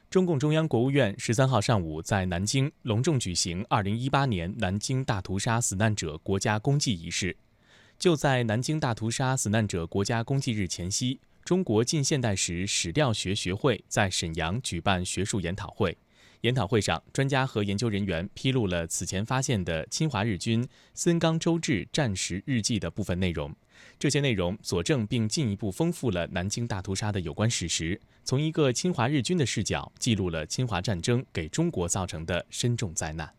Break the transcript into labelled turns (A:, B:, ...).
A: 中共中央国务院13号上午在南京隆重举行2018年南京大屠杀死难者国家公祭仪式。就在南京大屠杀死难者国家公祭日前夕，中国近现代史史料学学会在沈阳举办学术研讨会。研讨会上，专家和研究人员披露了此前发现的侵华日军森冈周治战时日记的部分内容。这些内容佐证并进一步丰富了南京大屠杀的有关史实，从一个侵华日军的视角记录了侵华战争给中国造成的深重灾难。